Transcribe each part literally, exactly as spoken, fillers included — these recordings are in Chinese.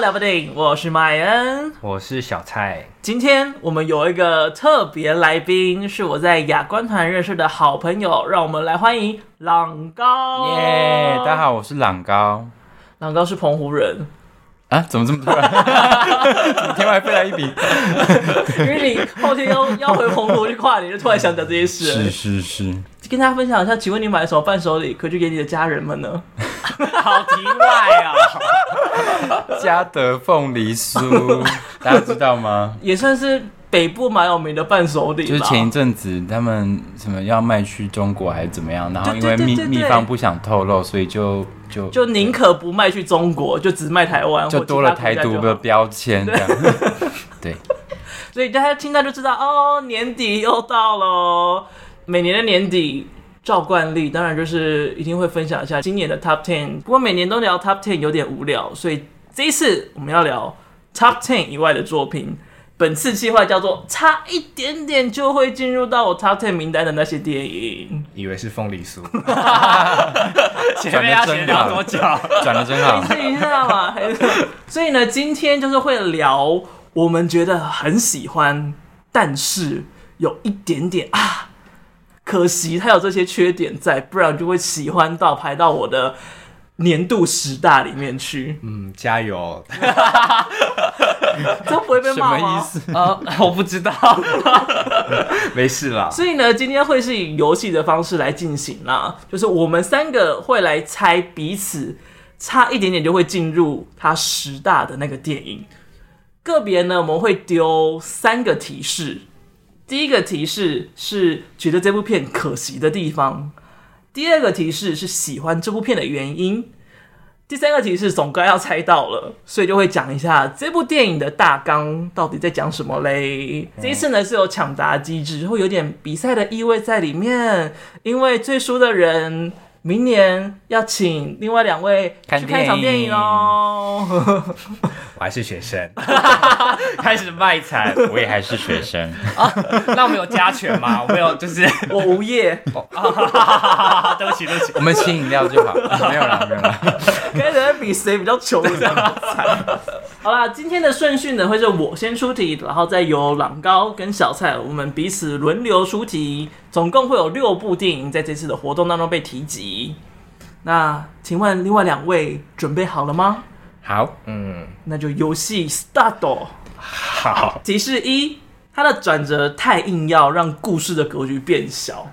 聊吧电影，我是麦恩， 我是小蔡。 今天我们有一个特别来宾，是我在亚观团认识的好朋友，让我们来欢迎朗高。 耶、yeah, 大家好，我是朗高。 朗高是澎湖人啊？怎么这么突然？怎么天外飞来一笔？ 因为你后天要要回澎湖去跨年，就突然想讲这些事。 是是是。 跟大家分享一下，请问你买了什么伴手礼可以去给你的家人们呢？ 好题外啊！ 嘉德凤梨酥，大家知道吗？ 也算是北部蛮有名的伴手礼吧。 就是前一阵子他们什么要卖去中国还是怎么样，然后因为秘秘方不想透露，所以就就就宁可不卖去中国，就只卖台湾， 就多了台独的标签这样。对， 所以大家听到就知道哦，年底又到了。每年的年底，照惯例，当然就是一定会分享一下今年的 Top 十。不过每年都聊 Top 十有点无聊，所以这一次我们要聊 Top 十以外的作品。本次计划叫做差一点点就会进入到我 Top 十名单的那些电影。 以为是凤梨酥，前面要闲聊多久？ 转得真好， 试一下嘛。所以呢，今天就是会聊我们觉得很喜欢，但是有一点点啊。可惜他有这些缺点在，不然就会喜欢到排到我的年度十大里面去。 嗯，加油！ 这不会被骂吗？ 什么意思？ 呃，我不知道，没事啦。 所以呢，今天会是以游戏的方式来进行啦，就是我们三个会来猜彼此差一点点就会进入他十大的那个电影。个别呢，我们会丢三个提示。第一个提示是觉得这部片可惜的地方，第二个提示是喜欢这部片的原因，第三个提示总该要猜到了，所以就会讲一下这部电影的大纲到底在讲什么嘞。这一次呢是有抢答机制，会有点比赛的意味在里面，因为最输的人明年要请另外两位去看一场电影哦。 我还是学生，开始卖惨。 我也还是学生啊。那我们有加权吗？我们有，就是我无业。 哦啊、对不起，对不起， 我们请饮料就好。没有啦，没有啦。 开始在比谁比较穷这样惨。好啦，今天的顺序呢会是我先出题，然后再由朗高跟小蔡我们彼此轮流出题，总共会有六部电影在这次的活动当中被提及。那请问另外两位准备好了吗？ 好， 嗯， 那就游戏 start。 好。 提示一，它的转折太硬要，让故事的格局变小。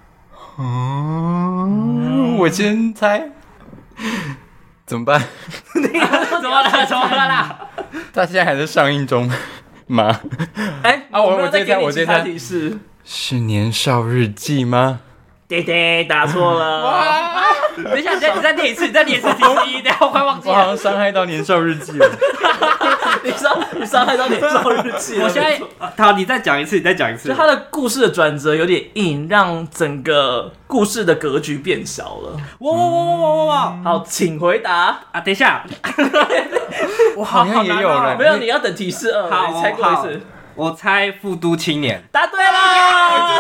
嗯，我先猜，怎么办？ 怎么了？怎么了啦？ 他现在还在上映中吗？ 哎、欸， 啊，我我再给你其他提示， 示， 是《年少日记》吗？ 对对，答错了。 等一下，你再你再念一次，你再念一次提示一，等下我快忘记了。 我好像伤害到《年少日记》了。 你伤你伤害到《年少日记》了。 我现在好，你再讲一次，你再讲一次。 就他的故事的转折有点硬，让整个故事的格局变小了。 哇哇哇哇哇哇！ 好，请回答啊！等一下， 我好像也有了。 没有，你要等提示二。 好， 你猜过一次。 我猜富都青年， 答对了！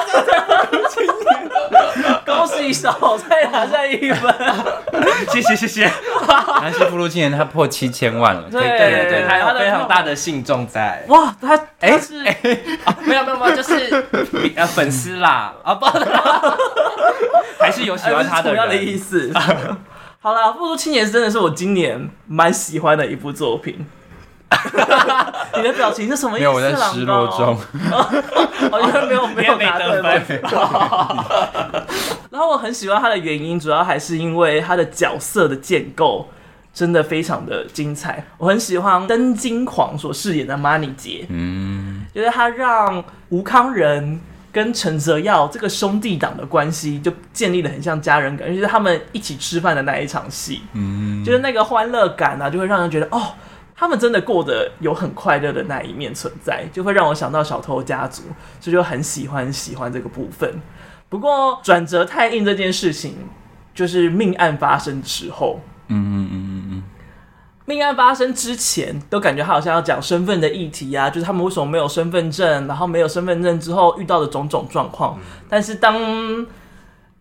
恭喜小蔡拿下一分， 谢谢谢谢。 南希富都青年他破七千万了， 对对对，他有非常大的信众在。 哇，他他是、欸欸啊、没有没有没有，就是呃粉丝啦啊不，还是有喜欢他的人， 同样的意思。好啦，富都青年真的是我今年蛮喜欢的一部作品。你的表情是什么意思？ 没有，我在失落中。 哦，因为没有没有拿对分。然后我很喜欢他的原因，主要还是因为他的角色的建构真的非常的精彩。我很喜欢灯金狂所饰演的马尼杰，嗯，就是他让吴康仁跟陈泽耀这个兄弟党的关系就建立得很像家人感，就是他们一起吃饭的那一场戏，嗯，就是那个欢乐感啊，就会让人觉得哦。他们真的过得有很快乐的那一面存在，就会让我想到小偷家族，所以就很喜欢喜欢这个部分。不过转折太硬这件事情，就是命案发生的时候，嗯嗯嗯嗯嗯，命案发生之前，都感觉他好像要讲身份的议题啊，就是他们为什么没有身份证，然后没有身份证之后遇到的种种状况。但是当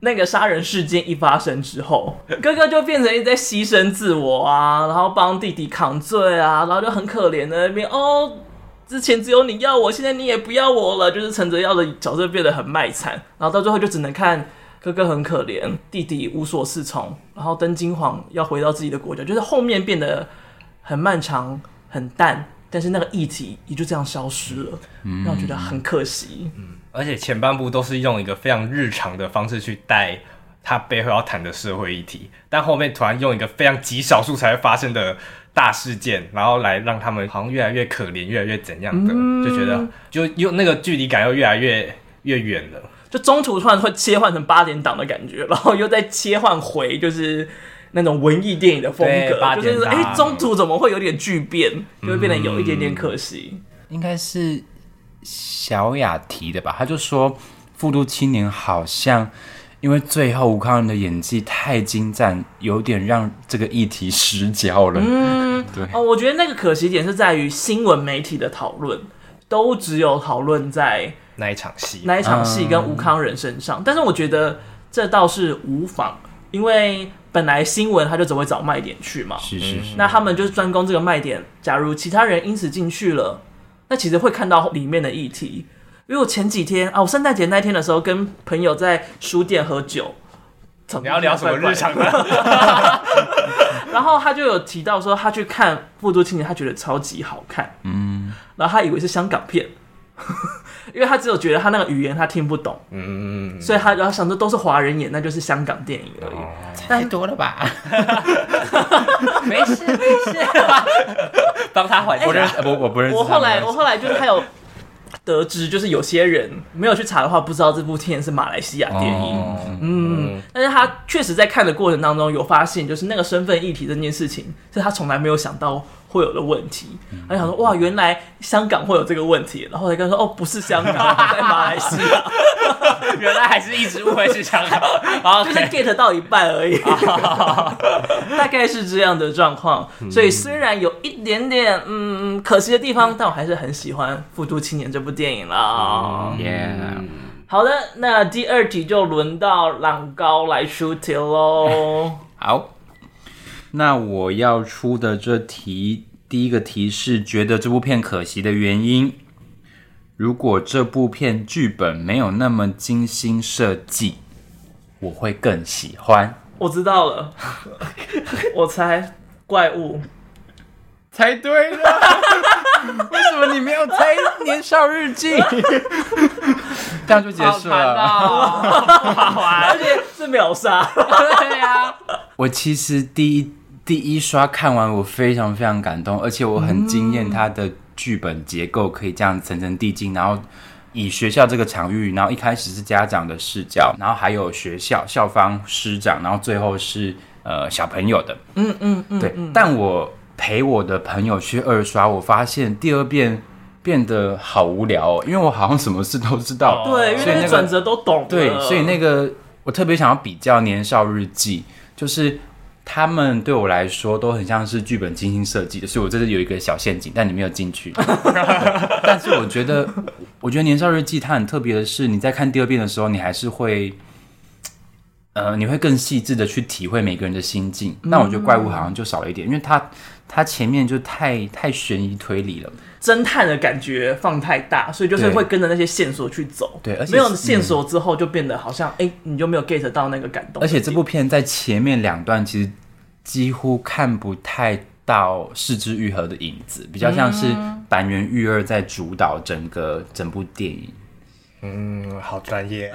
那个杀人事件一发生之后，哥哥就变成一直在牺牲自我啊，然后帮弟弟扛罪啊，然后就很可怜的那边哦，之前只有你要我，现在你也不要我了，就是陈泽耀的角色变得很卖惨，然后到最后就只能看哥哥很可怜，弟弟无所适从，然后登金皇要回到自己的国家，就是后面变得很漫长很淡，但是那个议题也就这样消失了，嗯、让我觉得很可惜。 嗯，而且前半部都是用一个非常日常的方式去带他背后要谈的社会议题，但后面突然用一个非常极少数才会发生的大事件，然后来让他们好像越来越可怜，越来越怎样的，嗯、就觉得就又那个距离感又越来越越远了。 就中途突然会切换成八点档的感觉，然后又再切换回就是那种文艺电影的风格，就是哎、欸，中途怎么会有点巨变，就会变得有一点点可惜。嗯、 应该是小雅提的吧？他就说《复读青年》好像因为最后吴慷仁的演技太精湛，有点让这个议题失焦了。 嗯，对。哦，我觉得那个可惜点是在于新闻媒体的讨论都只有讨论在那一场戏， 那一场戏跟吴慷仁身上，嗯、但是我觉得这倒是无妨，因为本来新闻他就只会找卖点去嘛， 是是是， 那他们就是专攻这个卖点。假如其他人因此进去了，那其实会看到里面的议题。因为我前几天啊，我圣诞节那天的时候跟朋友在书店喝酒， 你要聊什么日常的？ 然后他就有提到说，他去看《复读青年》，他觉得超级好看，嗯，然后他以为是香港片。因为他只有觉得他那个语言他听不懂，嗯，所以他然后想说都是华人演，那就是香港电影而已，哦、 太多了吧？ 没事没事，帮他缓解。 我认识，我我不认识。 我后来我后来就是还有得知，就是有些人没有去查的话，不知道这部片是马来西亚电影，哦、嗯，但是他确实在看的过程当中有发现，就是那个身份议题这件事情，是他从来没有想到会有的问题，他就想说哇，原来香港会有这个问题，然后才跟他说哦，不是香港，在马来西亚， 原来还是一直误会是香港， 就是 get 到一半而已，大概是这样的状况。所以虽然有一点点嗯可惜的地方，但我还是很喜欢《复读青年》这部电影啦。 Yeah. 好的，那第二题就轮到朗高来出题喽。 好。那我要出的这题，第一个题是觉得这部片可惜的原因。如果这部片剧本没有那么精心设计，我会更喜欢。 我知道了，我猜怪物。 猜对了，为什么你没有猜年少日记？这样就结束了， 好玩，而且是秒杀。 对呀、啊， 我其实第一。第一刷看完，我非常非常感动，而且我很惊艳他的剧本结构可以这样层层递进，然后以学校这个场域，然后一开始是家长的视角，然后还有学校校方师长，然后最后是呃小朋友的， 嗯嗯嗯， 对。但我陪我的朋友去二刷，我发现第二遍变得好无聊哦，因为我好像什么事都知道， 对，因为那个转折都懂了， 对，所以那个我特别想要比较《年少日记》，就是。他们对我来说都很像是剧本精心设计的，所以我这里有一个小陷阱，但你没有进去。但是我觉得，我觉得《年少日记》它很特别的是，你在看第二遍的时候，你还是会，呃，你会更细致的去体会每个人的心境。但我觉得怪物好像就少了一点，因为它它前面就太太悬疑推理了， 侦探的感觉放太大，所以就是会跟着那些线索去走。 对，而且没有线索之后，就变得好像哎、嗯欸，你就没有 get 到那个感动。 而且这部片在前面两段其实几乎看不太到是枝裕和的影子，比较像是板垣裕二在主导整个整部电影。 嗯，好专业。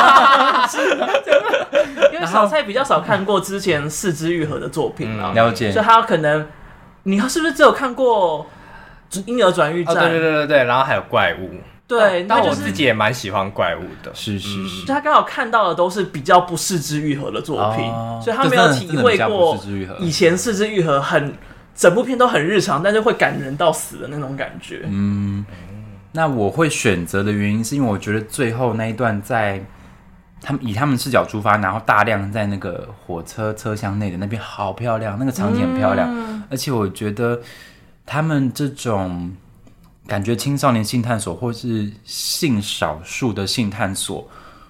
因为小蔡比较少看过之前是枝裕和的作品啦、 嗯，了解。 所以他可能，你是不是只有看过《婴儿转运站》？ 哦，对对对对对，然后还有怪物。 对， 但我自己也蛮喜欢怪物的。 是是是， 他刚好看到的都是比较不是枝裕和的作品，哦、所以他没有体会过以前是枝裕和很整部片都很日常，但是会感人到死的那种感觉。 嗯，那我会选择的原因是因为我觉得最后那一段在他们以他们视角出发，然后大量在那个火车车厢内的那边好漂亮，那个场景很漂亮，嗯、而且我觉得他们这种感觉青少年性探索或是性少数的性探索，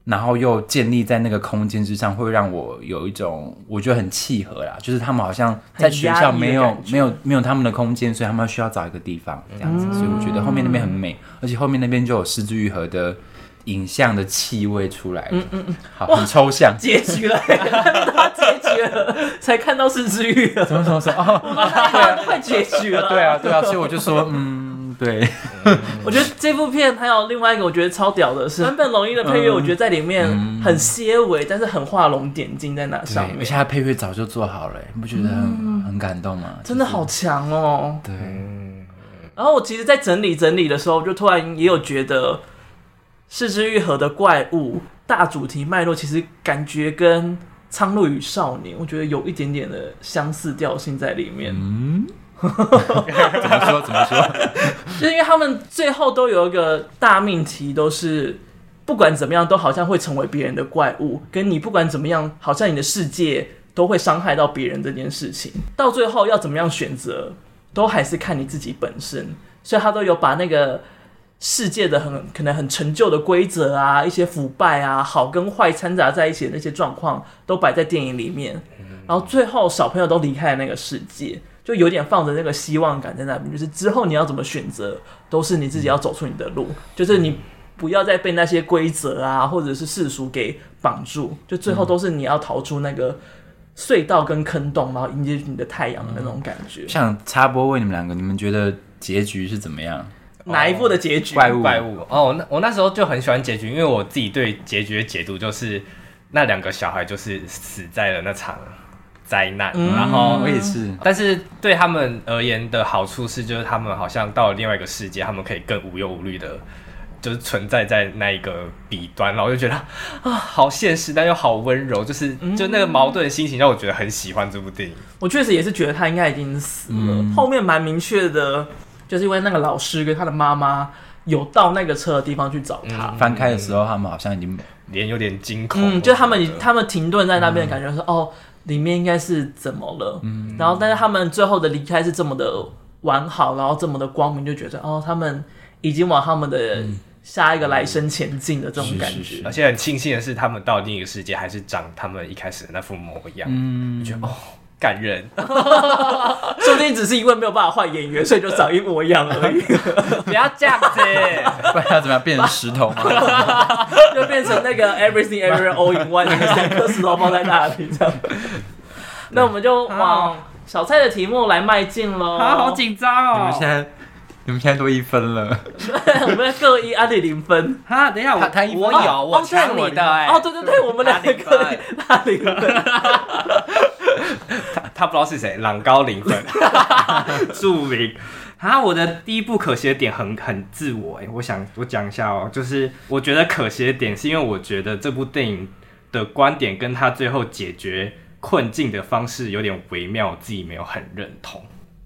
然后又建立在那个空间之上，会让我有一种我觉得很契合啦，就是他们好像在学校没有没有没有他们的空间，所以他们需要找一个地方这样子，嗯、所以我觉得后面那边很美，而且后面那边就有失之愈合的影像的气味出来，嗯嗯嗯，好，很抽象， 结局了，他结局了，才看到失之愈合， 怎么怎么说？哦， 对啊，快结局了， 对啊对啊，所以我就说，嗯，对， 我觉得这部片还有另外一个我觉得超屌的是坂本龙一的配乐，我觉得在里面很些微，但是很画龙点睛在那上面， 而且他配乐早就做好了，你不觉得很、嗯、很感动吗？ 真的好强哦， 对。 然后我其实，在整理整理的时候，就突然也有觉得。失之愈合的怪物大主题脉络，其实感觉跟《苍鹭与少年》，我觉得有一点点的相似调性在里面。嗯，怎么说？怎么说？ 就是因为他们最后都有一个大命题，都是不管怎么样，都好像会成为别人的怪物，跟你不管怎么样，好像你的世界都会伤害到别人这件事情，到最后要怎么样选择，都还是看你自己本身。所以他都有把那个。世界的很可能很陈旧的规则啊，一些腐败啊，好跟坏掺杂在一起的那些状况，都摆在电影里面。然后最后小朋友都离开了那个世界，就有点放着那个希望感在那边，就是之后你要怎么选择，都是你自己要走出你的路，就是你不要再被那些规则啊，或者是世俗给绑住，就最后都是你要逃出那个隧道跟坑洞，然后迎接你的太阳的那种感觉。 想插播问你们两个，你们觉得结局是怎么样？ 哪一部的结局？ 怪物怪物哦，那我那时候就很喜欢结局，因为我自己对结局的解读就是那两个小孩就是死在了那场灾难，嗯、然后我也是， 但是对他们而言的好处是，就是他们好像到了另外一个世界，他们可以更无忧无虑的，就是存在在那一个彼端，然后我就觉得啊，好现实，但又好温柔，就是就那个矛盾的心情让我觉得很喜欢这部电影。 我确实也是觉得他应该已经死了，嗯、后面蛮明确的。就是因为那个老师跟他的妈妈有到那个车的地方去找他， 嗯、翻开的时候，他们好像已经脸有点惊恐， 嗯，就他们他们停顿在那边的感觉是、嗯、哦，里面应该是怎么了？嗯，然后但是他们最后的离开是这么的完好，然后这么的光明，就觉得哦，他们已经往他们的下一个来生前进的这种感觉。嗯、是是是而且很庆幸的是，他们到另一个世界还是长他们一开始的那副模样，嗯，就觉得哦。感人， 说不定只是因为没有办法换演员，所以就长一模一样而已。 不要这样子， 不然要怎么样变成石头吗？ 就变成那个 Everything Everywhere All in One， 两颗石头放在那里这样。那我们就往小菜的题目来迈进喽。 啊，好紧张哦！ 你们现在，你们现在都一分了。 对，我们各一，阿里零分。 哈，等一下，我他我有，我抢你的哎。 哦，对对对，我们两个各一，他零分。 他, 他不知道是谁，朗高零分，著名。啊，我的第一部可惜的点很很自我哎，我想我讲一下哦，就是我觉得可惜的点是因为我觉得这部电影的观点跟他最后解决困境的方式有点微妙，我自己没有很认同。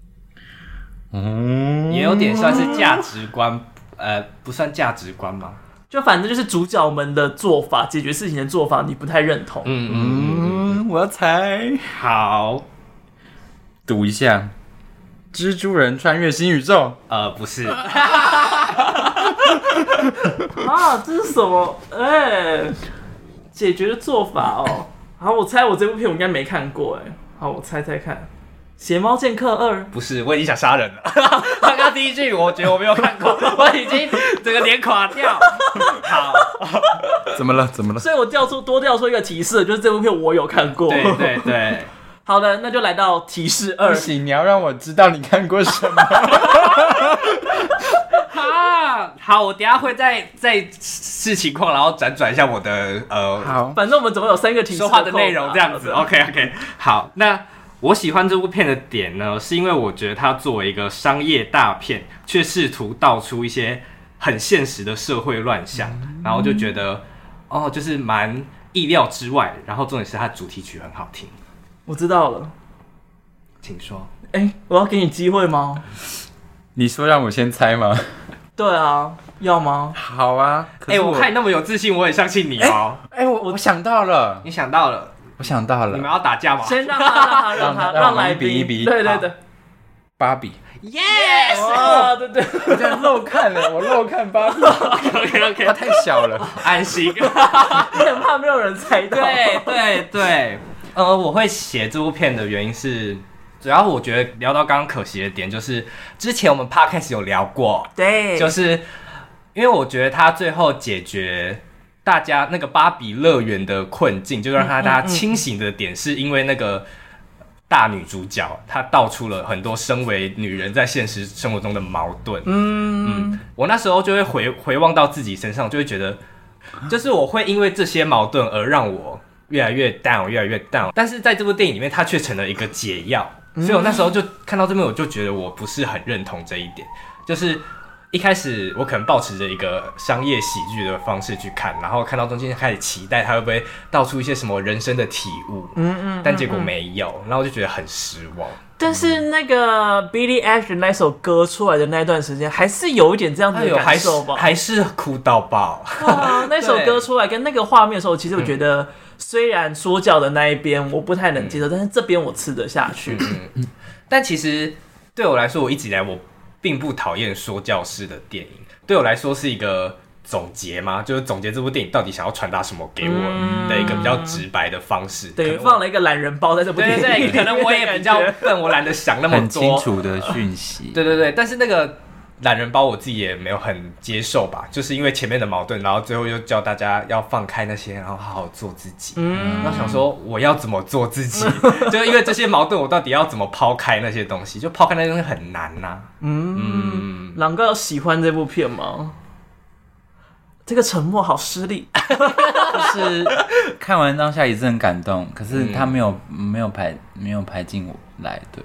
嗯，也有点算是价值观，呃，不算价值观吗？ 就反正就是主角们的做法，解决事情的做法，你不太认同。 嗯嗯，我要猜， 好， 赌一下，蜘蛛人穿越新宇宙？ 呃，不是。 啊，这是什么？哎、欸，解决的做法哦。好，我猜我这部片我应该没看过哎。好，我猜猜看。血猫剑客二不是，我已经想杀人了。刚刚第一句我觉得我没有看过，我已经整个脸垮掉。好， 怎么了？怎么了？ 所以我调出多调出一个提示，就是这部片我有看过。 对对对。 好的，那就来到提示二。 不行，你要让我知道你看过什么。 哈，好，我等一下会再再视情况，然后辗转一下我的呃， 好，反正我们总共有三个提示说话的内容这样子。OK OK， 好，那。我喜欢这部片的点呢，是因为我觉得它作为一个商业大片，却试图道出一些很现实的社会乱象，嗯、然后就觉得哦，就是蛮意料之外。然后重点是它主题曲很好听。 我知道了， 请说。 哎、欸，我要给你机会吗？ 你说让我先猜吗？ 对啊，要吗？ 好啊。 哎、欸，我看你那么有自信，我也相信你哦。 哎、欸欸，我我想到了， 你想到了。 我想到了， 你们要打架吗？ 先让他，让他，让他，让来宾， 一比一比， 对对对， 八比 ，yes， 哦，对对， 我这样漏看了，我漏看芭比 ，OK OK， 它太小了， 安心。 你很怕没有人猜到。 对对对，呃，我会写这部片的原因是，主要我觉得聊到刚刚可惜的点，就是之前我们 podcast 有聊过， 对， 就是因为我觉得他最后解决大家那个芭比乐园的困境，就让他大家清醒的点，是因为那个大女主角她道出了很多身为女人在现实生活中的矛盾。嗯嗯，我那时候就会回回望到自己身上，就会觉得，就是我会因为这些矛盾而让我越来越 down， 越来越 down。但是在这部电影里面，它却成了一个解药。所以我那时候就看到这边，我就觉得我不是很认同这一点，就是一开始我可能抱持着一个商业喜剧的方式去看，然后看到中间开始期待他会不会道出一些什么人生的体悟，嗯嗯，但结果没有，然后我就觉得很失望。 但是那个 Billie Eilish 那首歌出来的那段时间，还是有一点这样子的感受吧， 还是哭到爆。 啊，那首歌出来跟那个画面的时候，其实我觉得。虽然说教的那一边我不太能接受，嗯、但是这边我吃得下去。 嗯嗯、但其实对我来说，我一直以来我并不讨厌说教式的电影，对我来说是一个总结嘛，就是总结这部电影到底想要传达什么给我的一个比较直白的方式。 等于放了一个懒人包在这部电影里， 对对对，可能我也比较笨，我懒得想那么多， 很清楚的讯息。 对对对，但是那个。懒人包我自己也没有很接受吧，就是因为前面的矛盾，然后最后又教大家要放开那些，然后好好做自己。嗯，然后想说我要怎么做自己，就是因为这些矛盾，我到底要怎么抛开那些东西？就抛开那些东西很难呐、啊。嗯嗯，朗哥喜欢这部片吗？这个沉默好失礼， 就是看完当下也是很感动，可是他没有、嗯、没有排没有排进我来，对，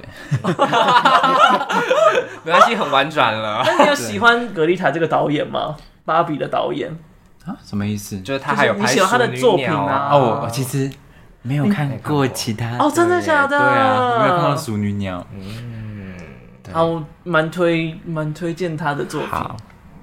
没关系，很婉转了。 那你有喜欢格丽塔这个导演吗？芭比的导演啊？什么意思？ 就是他还有拍你喜欢他的作品啊？ 哦，我我其实没有看过其他哦，真的假的？ 对啊，我没有看到《熟女鸟》。 嗯，好，蛮推蛮推荐他的作品。 好。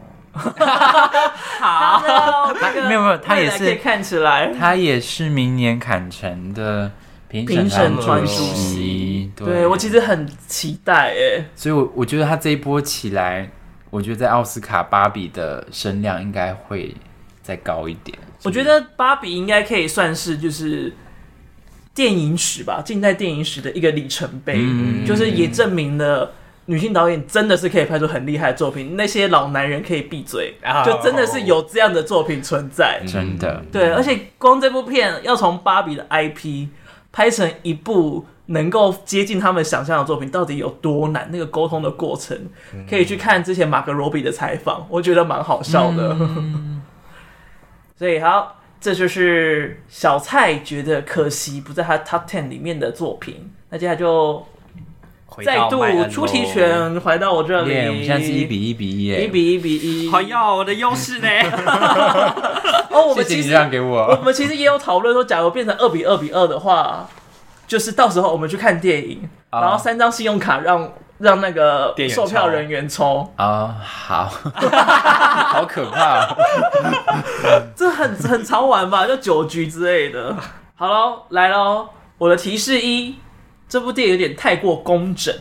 好， 没有没有，他也是看起来， 他也是明年坎城的评审团主席。 对，我其实很期待哎， 所以我我觉得他这一波起来，我觉得在奥斯卡芭比的声量应该会再高一点。 我觉得芭比应该可以算是就是电影史吧，近代电影史的一个里程碑，嗯、就是也证明了。女性导演真的是可以拍出很厉害的作品，那些老男人可以闭嘴， oh, 就真的是有这样的作品存在， 真的。 对，而且光这部片要从芭比的 I P 拍成一部能够接近他们想象的作品，到底有多难？那个沟通的过程，可以去看之前马格罗比的采访，我觉得蛮好笑的。嗯、所以好，这就是小蔡觉得可惜不在他 Top Ten 里面的作品。那接下来就。再度出题权回到我这里， yeah, 我们现在是一比一比一， 一比一比一。 好要我的优势呢？ 哦，我们其实谢谢你让给我。 我们其实也有讨论说，假如变成二比二比二的话，就是到时候我们去看电影，哦、然后三张信用卡让让那个售票人员抽。 哦，好，好可怕、哦， 这很很常玩吧？就酒局之类的。好咯，来咯，我的提示一。这部电影有点太过工整，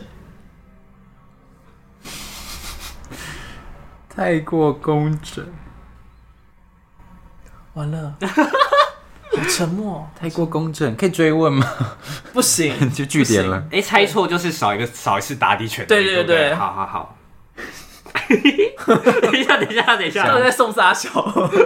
太过工整， 完了，好沉默， 太过工整，可以追问吗？ 不行， 就句点了。 哎，猜错就是少一个少一次答题权。 对对对对， 好好好。等一下，等一下，等一下， 我在送沙小。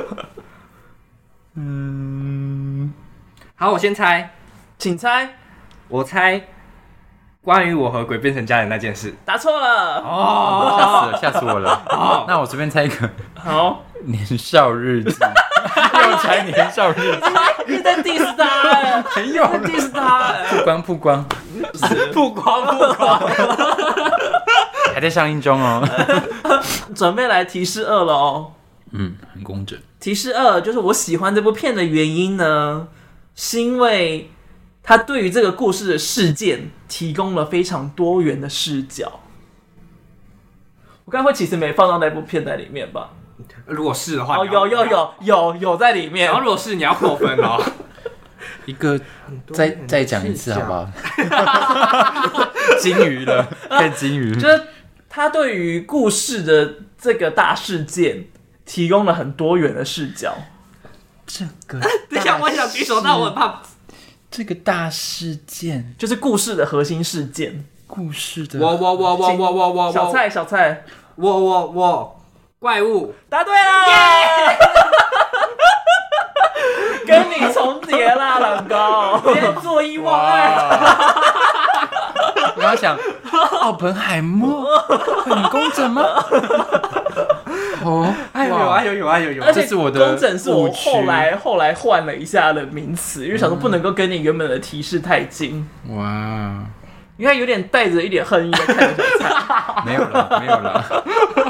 嗯，好，我先猜， 请猜。 我猜。关于我和鬼变成家人那件事， 答错了哦，吓死了，吓死我了。哦、那我随便猜一个， 好， 年少日记，又猜年少日记， 你在 diss 他哎， 很有 diss 他哎， 曝光曝光， 曝光曝光， 还在上映中哦。 准备来提示二了哦。 嗯，很工整。 提示二就是我喜欢这部片的原因呢，是因为。他对于这个故事的事件提供了非常多元的视角。我刚才会其实没放到那部片在里面吧？ 如果是的话， 哦，有有有有有在里面。 然后如果是你要扣分哦。 一个再再讲一次好不好？金鱼了，看金鱼。 就是他对于故事的这个大事件提供了很多元的视角。 这个， 等一下，我想举手，但我很怕。 这个大事件就是故事的核心事件。 故事的， 我我我我我我我小蔡小蔡， 我我我怪物， 答对啦！跟你重叠啦，老高，连做一忘二。 我刚想，奥本海默很工整吗？哦， 哎呦有啊有有啊有有， 而且这是我的工整是我后来后来换了一下的名词，因为想说不能够跟你原本的提示太近。 哇， 因为有点带着一点恨意在看着小蔡。 没有了，没有了。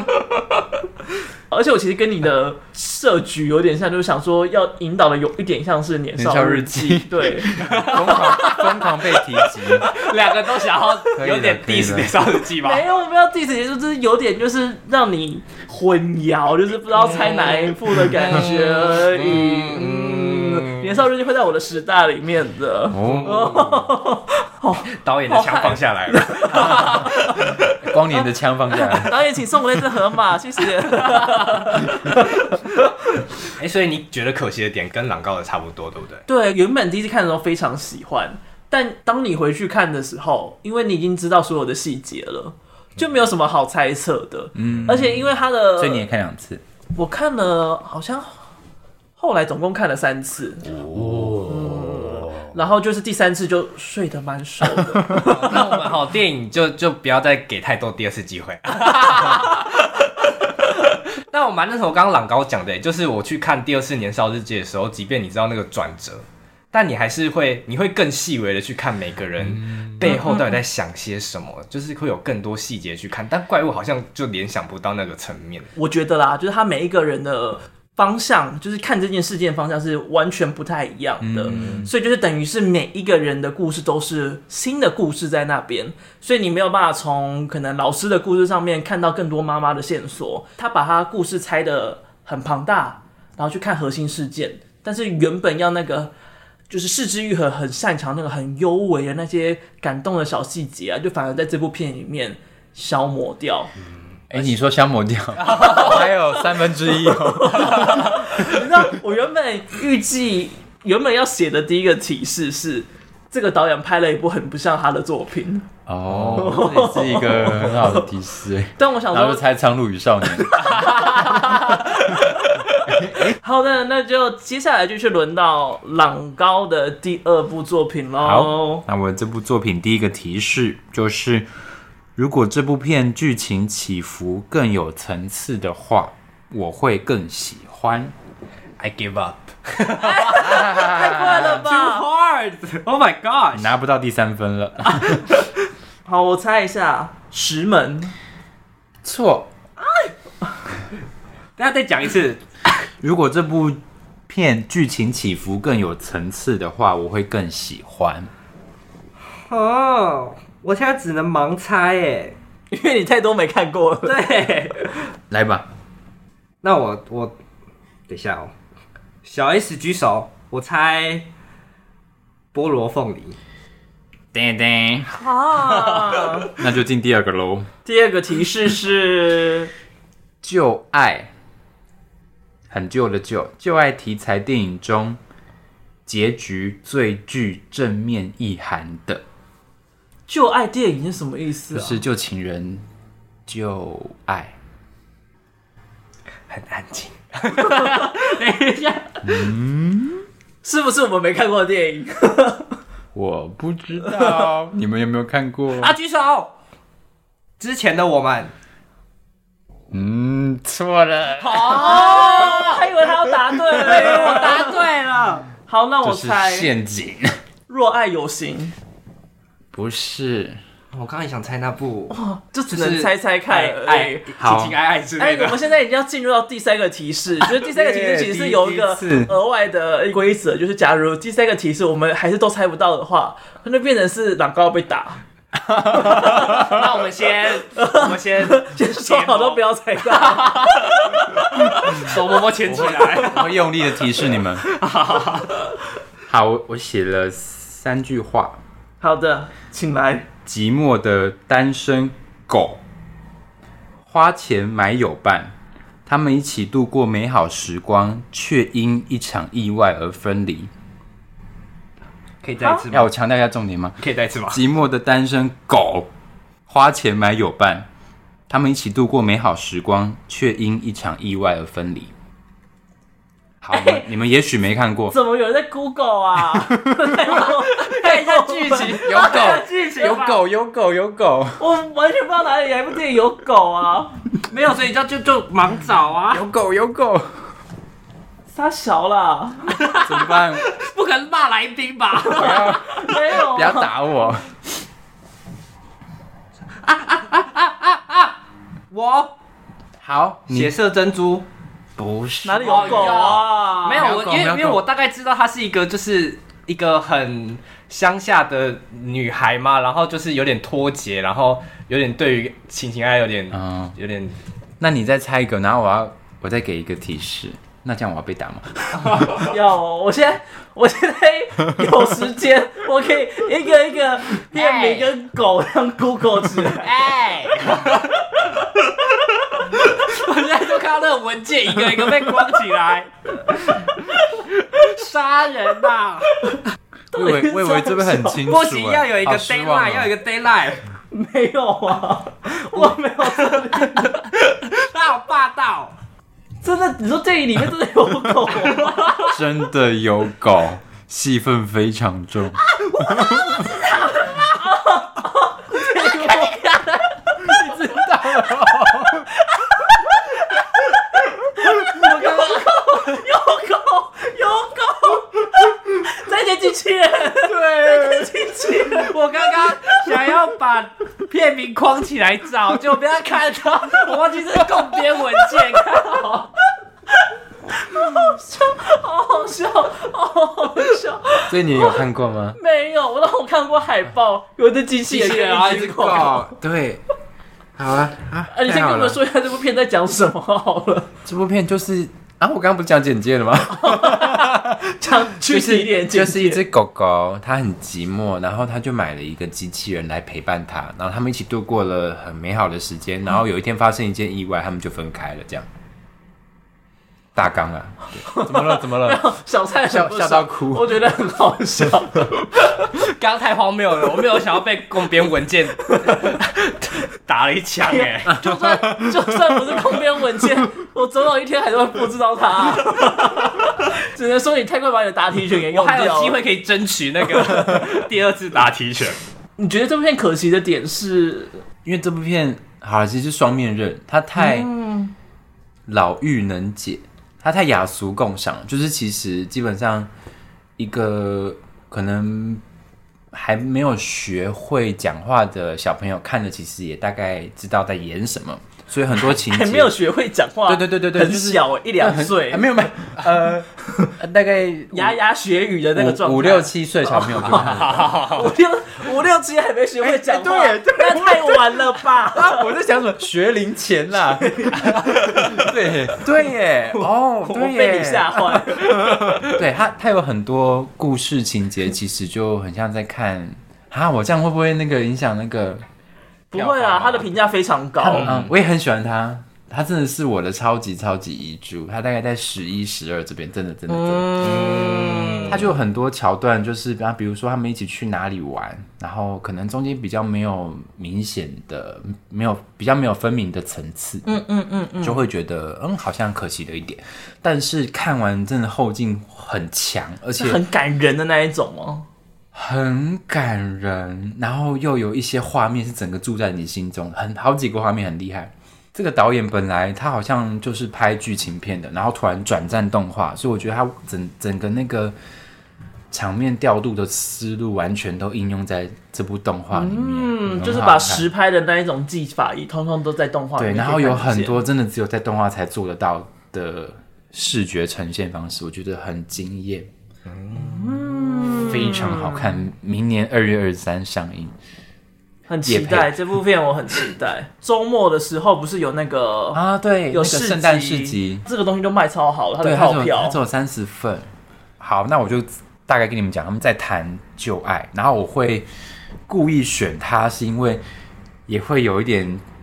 而且我其实跟你的设局有点像，就是想说要引导的有一点像是年少日记，对， 疯狂疯狂被提及， 两个都想要有点可以 diss 的年少日记吧？ 没有，不要 diss， 就是有点就是让你混淆，就是不知道猜哪一部的感觉而已。嗯，年少日记会在我的十大里面的。 哦， 导演的枪放下来了， 光年的枪放下来。 导演，请送我那只河马，谢谢。 哎、欸，所以你觉得可惜的点跟朗高的差不多，对不对？ 对，原本第一次看的时候非常喜欢，但当你回去看的时候，因为你已经知道所有的细节了，就没有什么好猜测的。嗯，而且因为他的， 所以你也看两次？ 我看了，好像后来总共看了三次。哦。嗯，然后就是第三次就睡得蛮熟的。 那我们好电影就就不要再给太多第二次机会。但我蛮认同刚刚朗高讲的，就是我去看第二次年少日记的时候，即便你知道那个转折，但你还是会，你会更细微的去看每个人背后到底在想些什么，就是会有更多细节去看。但怪物好像就联想不到那个层面。 我觉得啦，就是他每一个人的方向，就是看这件事件的方向是完全不太一样的，嗯、所以就是等于是每一个人的故事都是新的故事在那边，所以你没有办法从可能老师的故事上面看到更多妈妈的线索。他把他故事拆得很庞大，然后去看核心事件，但是原本要那个就是是枝裕和很擅长那个很幽微的那些感动的小细节啊，就反而在这部片里面消磨掉。嗯哎、欸，你说消磨掉，还有三分之一哦。 你知道，我原本预计原本要写的第一个提示是，这个导演拍了一部很不像他的作品。 哦，这是一个很好的提示。 但我想说， 然后就猜《苍鹭与少年》。 好的，那就接下来就是轮到朗高的第二部作品喽。 好，那我这部作品第一个提示就是。如果这部片剧情起伏更有层次的话，我会更喜欢。 I give up 。 太快了吧 ！Too hard! Oh my god！ 你拿不到第三分了。 好，我猜一下，石门。 错。 大家再讲一次。 如果这部片剧情起伏更有层次的话，我会更喜欢。 哦。我现在只能盲猜耶， 因为你太多没看过了。 对， 来吧。 那我我等一下哦，小 S 举手，我猜菠萝凤梨。 叮叮啊， 那就进第二个喽。 第二个提示是旧爱，很旧的旧，旧爱题材电影中结局最具正面意涵的。 旧爱电影是什么意思啊？ 就是旧情人，旧爱。 很安静。 等一下， 嗯，是不是我们没看过的电影？ 我不知道，你们有没有看过？ 啊，举手！之前的我们。 嗯，错了。 哦，还以为他要答对了， 我答对了。 好，那我猜陷阱。 若爱有形。 不是， 我刚刚也想猜那部， 哦，就只能猜猜看而已。 情情爱爱之类的。 哎，我们现在已经要进入到第三个提示，就是第三个提示其实是有一个额外的规则，就是假如第三个提示我们还是都猜不到的话，那就变成是朗高被打。 那我们先，我们先先说好都不要猜到， 手默默牵起来， 我会用力的提示你们。好，我写了三句话。 好的，请来。 寂寞的单身狗， 花钱买友伴，他们一起度过美好时光，却因一场意外而分离。 可以再一次吗？ 要我强调一下重点吗？ 可以再一次吗？ 寂寞的单身狗，花钱买友伴，他们一起度过美好时光，却因一场意外而分离。好，你们你们也许没看过， 怎么有人在 Google 啊？看一下剧情， 有狗剧情， 有狗，有狗，有狗， 我完全不知道哪里有一部电影有狗啊！ 没有，所以就就就盲找啊。 有狗，有狗， 傻小啦， 怎么办？ 不可能骂来宾吧？ 不要没有、啊， 不要打我！ 我好， 血你色珍珠不是哪里有狗啊？ 没有，我因为没有狗没有狗因为我大概知道她是一个就是一个很乡下的女孩嘛，然后就是有点脱节，然后有点对于情情爱有点、 嗯， 有点。 那你再猜一个，然后我要我再给一个提示，那这样我要被打吗？ 要哦，我现在我现在有时间，我可以一个一个片名跟狗让 Google 起来。 哎，我现在就看到那个文件一个一个被框起来，杀人呐、啊！ 我以为我以为这边很清楚， 不行，要有一个好失望 deadline，、 哦要有一个 deadline。 没有啊，我没有这里， 他好霸道。 真的，你说电影里面真的有狗吗？ 真的有狗，戏份非常重。 有狗，有狗，再见机器人，对，再见机器人。 我刚刚想要把片名框起来找，结果被他看到，我忘记是共编文件，看好。 好好笑，好好笑。 所以你有看过吗？ 没有，我让我看过海报，有一只机器人跟一只狗。 对，好啊啊！ 啊，你先跟我们说一下这部片在讲什么好了。 这部片就是啊，我刚刚不是讲简介了吗？ 讲具体一点， 就是一只狗狗，它很寂寞，然后它就买了一个机器人来陪伴它，然后他们一起度过了很美好的时间，然后有一天发生一件意外，他们就分开了，这样。大纲啊，怎么了？怎么了？ 小蔡笑笑到哭， 我觉得很好笑。 刚刚太荒谬了，我没有想要被共编文件打了一枪哎、欸！ 就算就算不是共编文件，我总有一天还是会复制到它、啊。只能说你太快把你的答题权给用掉了。 我还有机会可以争取那个第二次答题权。 你觉得这部片可惜的点是？ 因为这部片好了，其实是双面刃，它太老妪能解。他太雅俗共赏，就是其实基本上一个可能还没有学会讲话的小朋友看了，其实也大概知道在演什么，所以很多情节还没有学会讲话， 对对对对对， 很小一两岁， 没有没有，呃，大概牙牙学语的那个状态， 五六七岁小朋友就看得到， 五六五六七还没学会讲话， 对对， 那太晚了吧？ 我在想什么学龄前啦，对对耶，哦， 我被你吓坏。 对他，他有很多故事情节，其实就很像在看啊，我这样会不会那个影响那个？ 不会啊，他的评价非常高。 嗯，我也很喜欢他，他真的是我的超级超级遗珠。他大概在十一、十二这边，真的真的真的。嗯，他就有很多桥段，就是比如说他们一起去哪里玩，然后可能中间比较没有明显的、没有比较没有分明的层次，嗯嗯嗯嗯，就会觉得嗯好像可惜了一点。但是看完真的后劲很强，而且很感人的那一种哦。 很感人，然后又有一些画面是整个住在你心中，很好几个画面很厉害。这个导演本来他好像就是拍剧情片的，然后突然转战动画，所以我觉得他整整个那个场面调度的思路完全都应用在这部动画里面。 嗯，就是把实拍的那一种技法，也通通都在动画里面。 对，然后有很多真的只有在动画才做得到的视觉呈现方式，我觉得很惊艳。嗯，非常好看，明年二月二十三上映， 很期待这部片，我很期待。周末的时候不是有那个啊，对， 有那个圣诞市集， 这个东西都卖超好了，它的对， 套票它只有三十份。好，那我就大概跟你们讲，他们在谈旧爱，然后我会故意选它，是因为也会有一点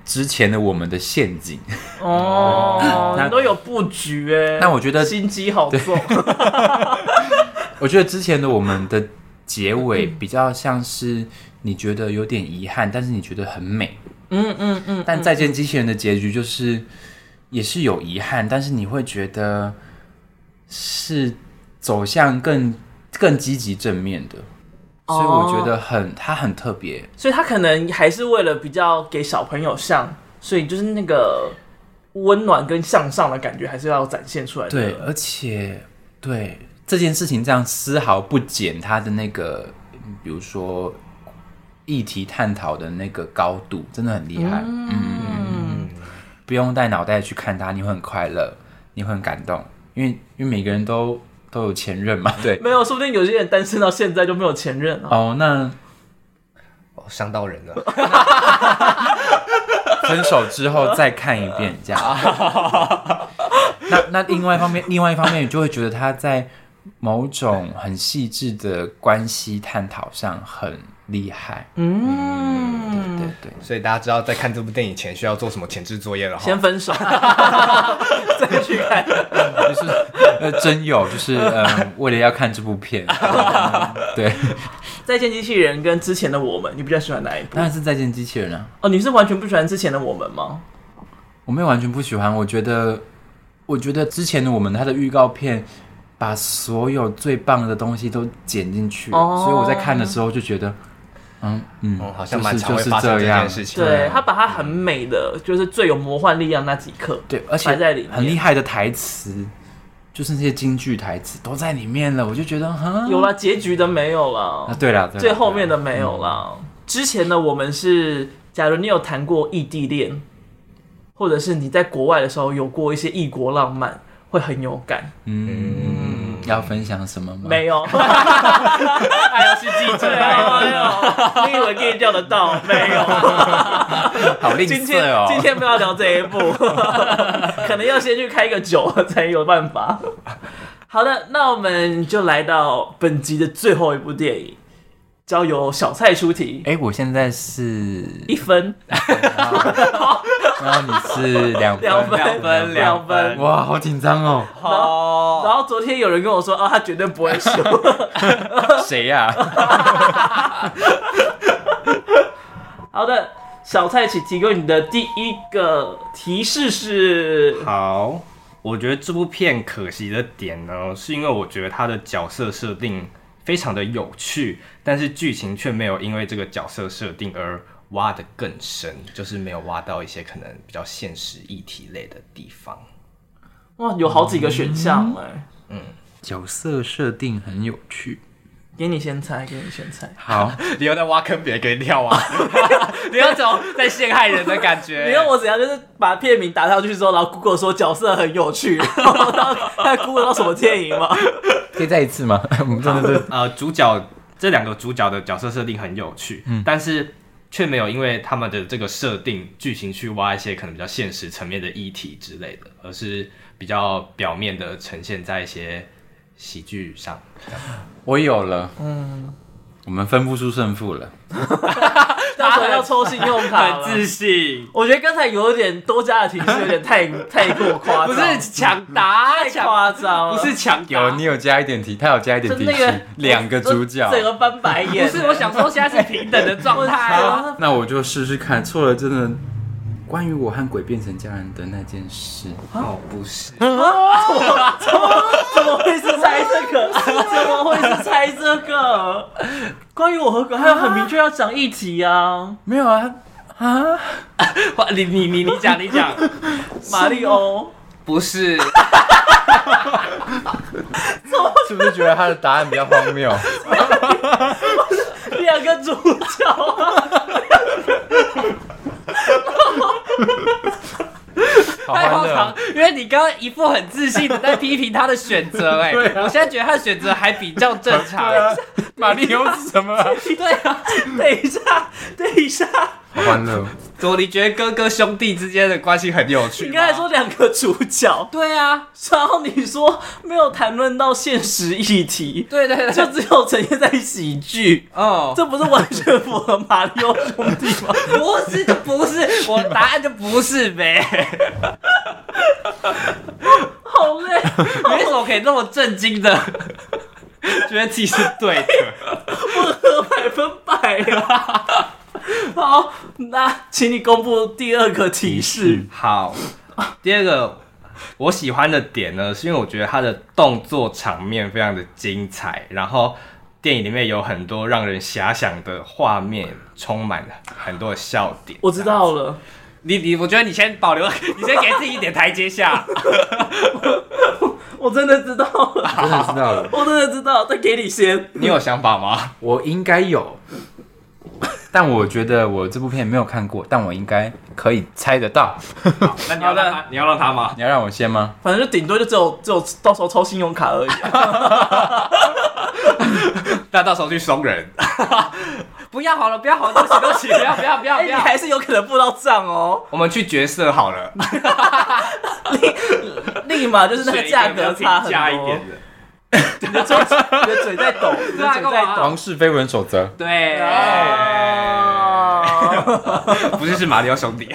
之前的我们的陷阱。 哦，你都有布局哎。 那我觉得心机好重。 我觉得之前的我们的结尾比较像是你觉得有点遗憾，但是你觉得很美。 嗯嗯嗯。 但再见机器人的结局就是也是有遗憾，但是你会觉得是走向更更积极正面的。所以我觉得很，它很特别。 所以它可能还是为了比较给小朋友上，所以就是那个温暖跟向上的感觉还是要展现出来的。 对，而且对这件事情这样丝毫不减它的那个，比如说议题探讨的那个高度，真的很厉害。嗯，嗯不用带脑袋去看它，你会很快乐，你会很感动，因为因为每个人都。都有前任嘛？对， 没有，说不定有些人单身到现在就没有前任了。 哦，那哦，伤到人了。 分手之后再看一遍，这样。那那另外一方面，另外一方面，你就会觉得他在某种很细致的关系探讨上很厉害。 嗯， 对对对。 所以大家知道在看这部电影前需要做什么前置作业了哈。 先分手，再去看。 就是呃，真有，就是呃，为了要看这部片，嗯、对。 再见机器人跟之前的我们，你比较喜欢哪一部？ 当然是再见机器人啊。 哦，你是完全不喜欢之前的我们吗？ 我没有完全不喜欢，我觉得，我觉得之前的我们，它的预告片把所有最棒的东西都剪进去，哦、所以我在看的时候就觉得。嗯嗯， 嗯，好像蛮常会发生这件事情。 对，他把它很美的，就是最有魔幻力量那几刻， 对，而且摆在里面， 很厉害的台词，就是那些京剧台词都在里面了，我就觉得哈， 有啦，结局的没有啦， 啊，对啦， 最后面的没有啦。嗯、之前的我们是，假如你有谈过异地恋，或者是你在国外的时候有过一些异国浪漫，会很有感。 嗯。要分享什么吗？ 没有， 还要去记者？ 没有，你以为可以叫得到？没有， 好吝啬哦。 今天不要聊这一部，可能要先去开个酒才有办法。好的，那我们就来到本集的最后一部电影，交由小蔡出题。 哎、欸，我现在是一分， 然后你是两分， 两分，两分，两分。 哇，好紧张哦。 好，然后昨天有人跟我说，哦，他绝对不会输。 谁呀、啊？ 好的，小蔡，请提供你的第一个提示是。 好，我觉得这部片可惜的点呢，是因为我觉得它的角色设定非常的有趣，但是剧情却没有因为这个角色设定而挖得更深，就是没有挖到一些可能比较现实议题类的地方。 哇，有好几个选项哎。 嗯， 角色设定很有趣。 给你先猜，给你先猜。 好， 你又在挖坑，别人给你跳啊！ 你有种在陷害人的感觉。 你要我怎样？就是把片名打上去之后，然后 Google 说角色很有趣，然后看 Google 到什么电影吗？ 可以再一次吗？我们真的是呃，主角这两个主角的角色设定很有趣，嗯、但是却没有因为他们的这个设定剧情去挖一些可能比较现实层面的议题之类的，而是比较表面的呈现在一些喜剧上。 我有了，嗯，我们分不出胜负了。 到时候要抽信用卡， 很自信。 我觉得刚才有点多加的提示，有点太太过夸张， 不是抢答， 太夸张， 不是抢答。 有你有加一点题，他有加一点提示，两个主角， 整个翻白眼。 不是，我想说现在是平等的状态啊。 那我就试试看，错了真的。关于我和鬼变成家人的那件事， 哦，不是， 怎么怎么会是猜这个？怎么会是猜这个？关于我和鬼，还有很明确要讲议题啊？ 没有啊啊！ 你你你你讲你讲， 马里欧不是？ 是不是觉得他的答案比较荒谬？ 两个主角啊！ 太荒唐，因为你刚刚一副很自信的在批评他的选择，哎、啊，我现在觉得他的选择还比较正常。 对啊，马里欧是什么、啊？ 对啊，等一下，等一下， 好欢乐。 怎么你觉得哥哥兄弟之间的关系很有趣吗？ 你刚才说两个主角， 对啊， 然后你说没有谈论到现实议题， 对对对， 就只有呈现在喜剧， 哦， 这不是完全符合马里奥兄弟吗？ 不是就不是，我的答案就不是呗。 好累， 你为什么可以那么震惊的觉得自己是对的？ 不合百分百啊！好，那请你公布第二个提示。 好，第二个我喜欢的点呢，是因为我觉得它的动作场面非常的精彩，然后电影里面有很多让人遐想的画面，充满了很多的笑点。 我知道了， 你你，我觉得你先保留，你先给自己一点台阶下。 我真的知道了， 真的知道了， 我真的知道，再给你先。 你有想法吗？ 我应该有，但我觉得我这部片没有看过，但我应该可以猜得到。 那你要让他，你要让他吗？ 你要让我先吗？ 反正就顶多就只有只有到时候抽信用卡而已、啊。 那到时候去松人。不要好了，不要好了，对不起，对不起，不要，不要，不要， 哎、 不要， 你还是有可能付到账哦。 我们去角色好了， 立立马就是那个价格差很多。 一点的。 你的嘴，你的嘴在抖，你的嘴在抖。 王室绯闻守则。 对，不是是马里奥兄弟。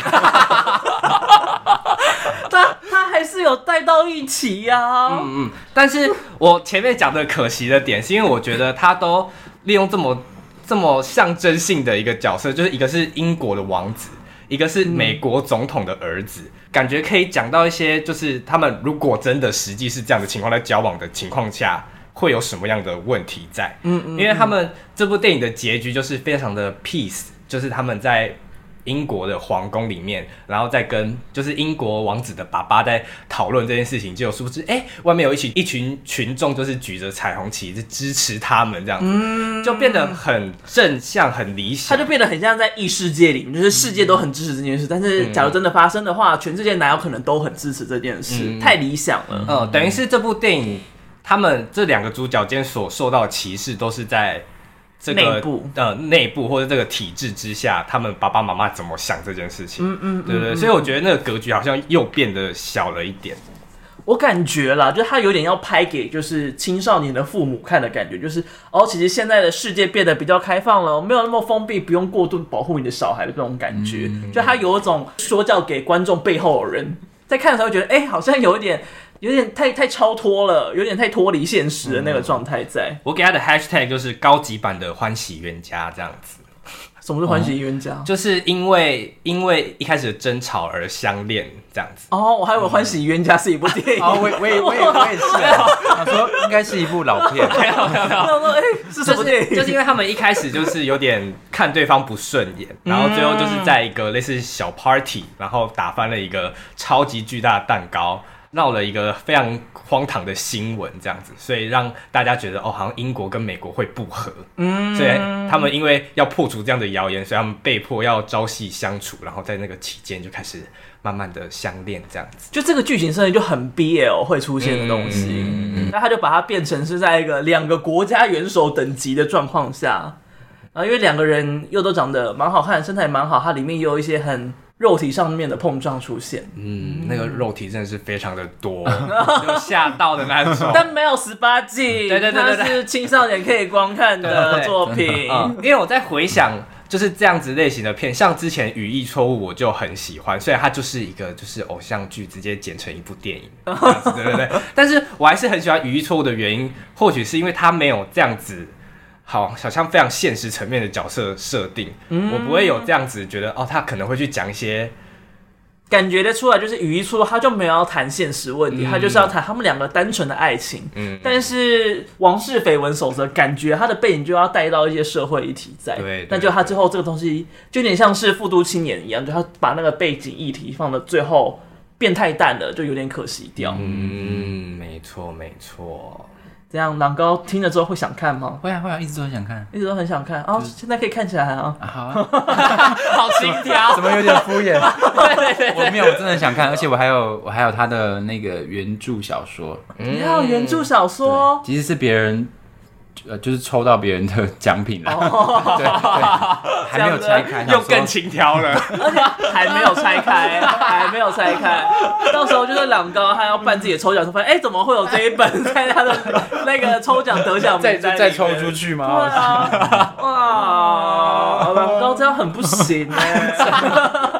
他他还是有带到一起呀、啊。 嗯嗯，但是我前面讲的可惜的点，是因为我觉得他都利用这么这么象征性的一个角色，就是一个是英国的王子，一个是美国总统的儿子，嗯、感觉可以讲到一些，就是他们如果真的实际是这样的情况在交往的情况下，会有什么样的问题在？嗯嗯，因为他们这部电影的结局就是非常的 peace， 就是他们在英国的皇宫里面，然后再跟就是英国王子的爸爸在讨论这件事情，结果殊不知，哎、欸，外面有一群一群群众，就是举着彩虹旗，是支持他们这样子，嗯、就变得很正向、很理想。 它就变得很像在异世界里面，就是世界都很支持这件事，但是假如真的发生的话，全世界哪有可能都很支持这件事？嗯、太理想了。 嗯，等于是这部电影，他们这两个主角间所受到的歧视，都是在这个内部呃内部或者这个体制之下，他们爸爸妈妈怎么想这件事情？嗯嗯，对不对？ 嗯、 所以我觉得那个格局好像又变得小了一点。 我感觉啦，就是他有点要拍给就是青少年的父母看的感觉，就是哦，其实现在的世界变得比较开放了，没有那么封闭，不用过度保护你的小孩的这种感觉。嗯、就他有一种说教给观众背后的人，在看的时候觉得，哎、欸，好像有一点。有点太太超脱了，有点太脱离现实的那个状态在、嗯。 我给他的 hashtag 就是高级版的欢喜冤家这样子。 什么是欢喜冤家？ 哦、就是因为因为一开始的争吵而相恋这样子。 哦，我还以为欢喜冤家是一部电影。 哦，我我也我也我也是。我说应该是一部老片。 没有没有没有。我说哎、欸，是什么电影？ 就是？就是因为他们一开始就是有点看对方不顺眼，然后最后就是在一个类似小 party， 然后打翻了一个超级巨大的蛋糕。闹了一个非常荒唐的新闻，这样子，所以让大家觉得哦，好像英国跟美国会不合，嗯，所以他们因为要破除这样的谣言，所以他们被迫要朝夕相处，然后在那个期间就开始慢慢的相恋，这样子。 就这个剧情设定就很 B L 会出现的东西，那、嗯嗯、他就把它变成是在一个两个国家元首等级的状况下，然后因为两个人又都长得蛮好看，身材蛮好，它里面也有一些很。肉体上面的碰撞出现， 嗯，那个肉体真的是非常的多，就吓到的那种。 但没有十八禁， 对对对对对， 它是青少年可以观看的作品。 对对对嗯、因为我在回想，就是这样子类型的片，像之前《语义错误》我就很喜欢，虽然它就是一个就是偶像剧直接剪成一部电影这样子，对对对。但是我还是很喜欢《语义错误》的原因，或许是因为它没有这样子。好，好像非常现实层面的角色设定、嗯，我不会有这样子觉得哦，他可能会去讲一些感觉得出来，就是语义出，他就没有要谈现实问题、嗯，他就是要谈他们两个单纯的爱情。嗯，但是《王室绯闻守则》感觉他的背景就要带到一些社会议题在， 对， 但就他最后这个东西就有点像是《复读青年》一样，就他把那个背景议题放到最后变太淡了，就有点可惜掉。 嗯，没错，没错。 这样朗高听了之后会想看吗？ 会啊会啊，一直都很想看， 一直都很想看啊、哦！现在可以看起来啊， 啊好啊， 好轻佻， 怎么有点敷衍？ 对对对对， 我没有，我真的很想看，而且我还有我还有他的那个原著小说， 你还有原著小说， 其实是别人呃，就是抽到别人的奖品了，哦、对对，还没有拆开， 又更轻佻了， 而且还没有拆开，还没有拆开，到时候就是朗高他要办自己的抽奖，发现哎，怎么会有这一本在他的那个抽奖得奖名单里面再再抽出去吗？ 对啊，哇，朗高这样很不行哎。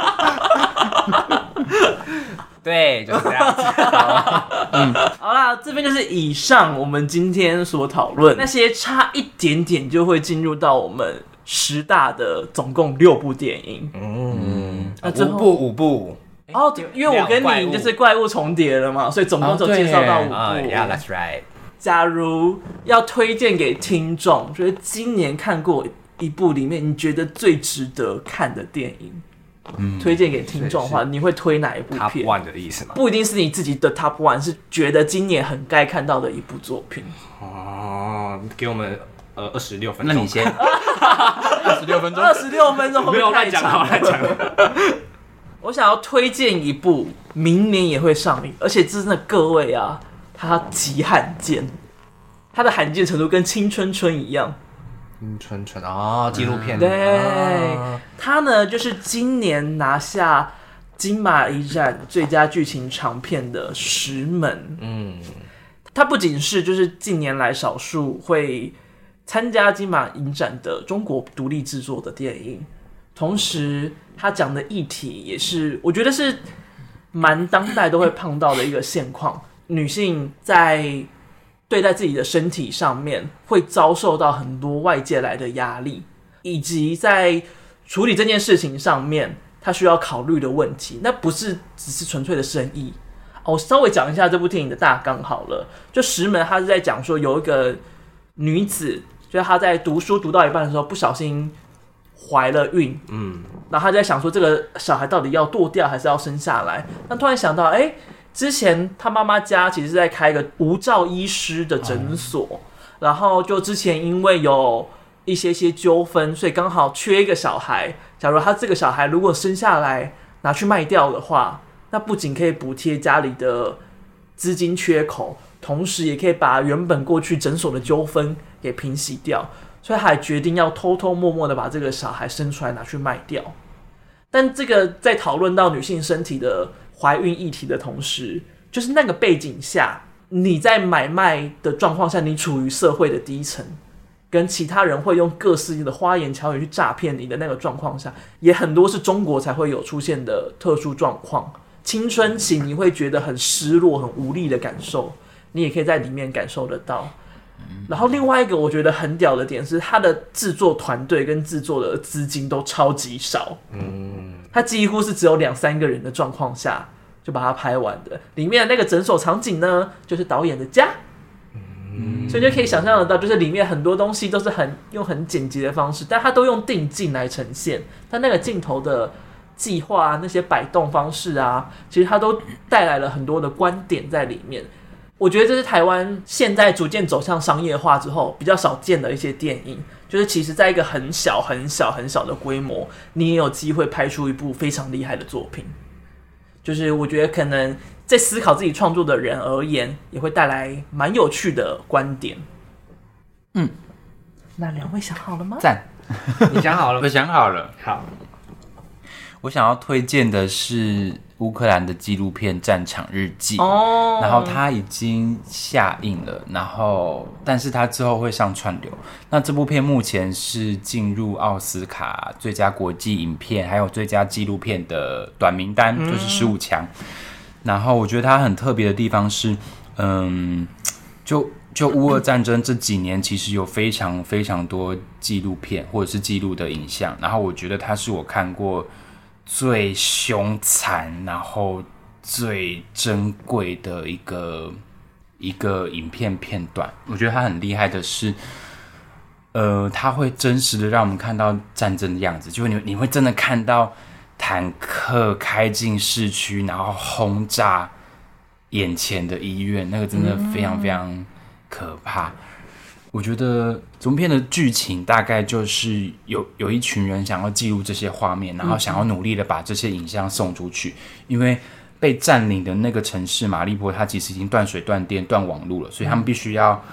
对，就是这样子。 嗯，好啦，这边就是以上我们今天所讨论那些差一点点就会进入到我们十大的总共六部电影。 嗯， 那最后五部五部。 哦，因为我跟你就是怪物重叠了嘛，所以总共只介绍到五部。 啊、oh, ，Yeah, that's right。 假如要推荐给听众，觉得今年看过一部里面你觉得最值得看的电影。嗯，推荐给听众的话，你会推哪一部片 ？Top One 的意思吗？ 不一定是你自己的 Top One， 是觉得今年很该看到的一部作品。 哦，给我们呃二十六分钟， 那你先二十六分钟， 二十六分钟会不会太长？ 太长了。 我想要推荐一部明年也会上映，而且真的各位啊，它极罕见，它的罕见程度跟《青春春》一样。 青春春哦，纪录片。 对， 啊、 他呢就是今年拿下金马影展最佳剧情长片的《石门》。嗯，他不仅是就是近年来少数会参加金马影展的中国独立制作的电影，同时他讲的议题也是我觉得是蛮当代都会碰到的一个现况，女性在对待自己的身体上面会遭受到很多外界来的压力，以及在处理这件事情上面他需要考虑的问题，那不是只是纯粹的生意。我稍微讲一下这部电影的大纲好了。就石门他是在讲说有一个女子，就是她在读书读到一半的时候不小心怀了孕，嗯，然后她在想说这个小孩到底要剁掉还是要生下来，但突然想到哎、欸之前他妈妈家其实是在开一个无照医师的诊所，嗯、然后就之前因为有一些些纠纷，所以刚好缺一个小孩。假如他这个小孩如果生下来拿去卖掉的话，那不仅可以补贴家里的资金缺口，同时也可以把原本过去诊所的纠纷给平息掉。所以他还决定要偷偷摸摸的把这个小孩生出来拿去卖掉。但这个在讨论到女性身体的怀孕议题的同时，就是那个背景下，你在买卖的状况下，你处于社会的低层，跟其他人会用各式的花言巧语去诈骗你的那个状况下，也很多是中国才会有出现的特殊状况。青春期你会觉得很失落、很无力的感受，你也可以在里面感受得到。然后另外一个我觉得很屌的点是，他的制作团队跟制作的资金都超级少，嗯，他几乎是只有两三个人的状况下就把它拍完的。里面的那个诊所场景呢，就是导演的家，嗯，所以就可以想象得到，就是里面很多东西都是很用很简洁的方式，但他都用定镜来呈现，但那个镜头的计划啊，那些摆动方式啊，其实它都带来了很多的观点在里面。我觉得这是台湾现在逐渐走向商业化之后比较少见的一些电影，就是其实在一个很小很小很小的规模，你也有机会拍出一部非常厉害的作品。就是我觉得可能在思考自己创作的人而言，也会带来蛮有趣的观点。嗯，那两位想好了吗？ 赞， 你想好了吗？ 我想好了。 好， 我想要推荐的是乌克兰的纪录片《战场日记》 哦， 然后它已经下映了，然后但是它之后会上串流。那这部片目前是进入奥斯卡最佳国际影片还有最佳纪录片的短名单，嗯、就是十五强。然后我觉得它很特别的地方是，嗯，就就乌俄战争这几年，其实有非常非常多纪录片或者是记录的影像，然后我觉得它是我看过最凶残，然后最珍贵的一个一个影片片段。我觉得它很厉害的是，呃，它会真实的让我们看到战争的样子，就是你你会真的看到坦克开进市区，然后轰炸眼前的医院，那个真的非常非常可怕。我觉得这部片的剧情大概就是有有一群人想要记录这些画面，然后想要努力的把这些影像送出去，因为被占领的那个城市马利波，它其实已经断水断电断网路了，所以他们必须要比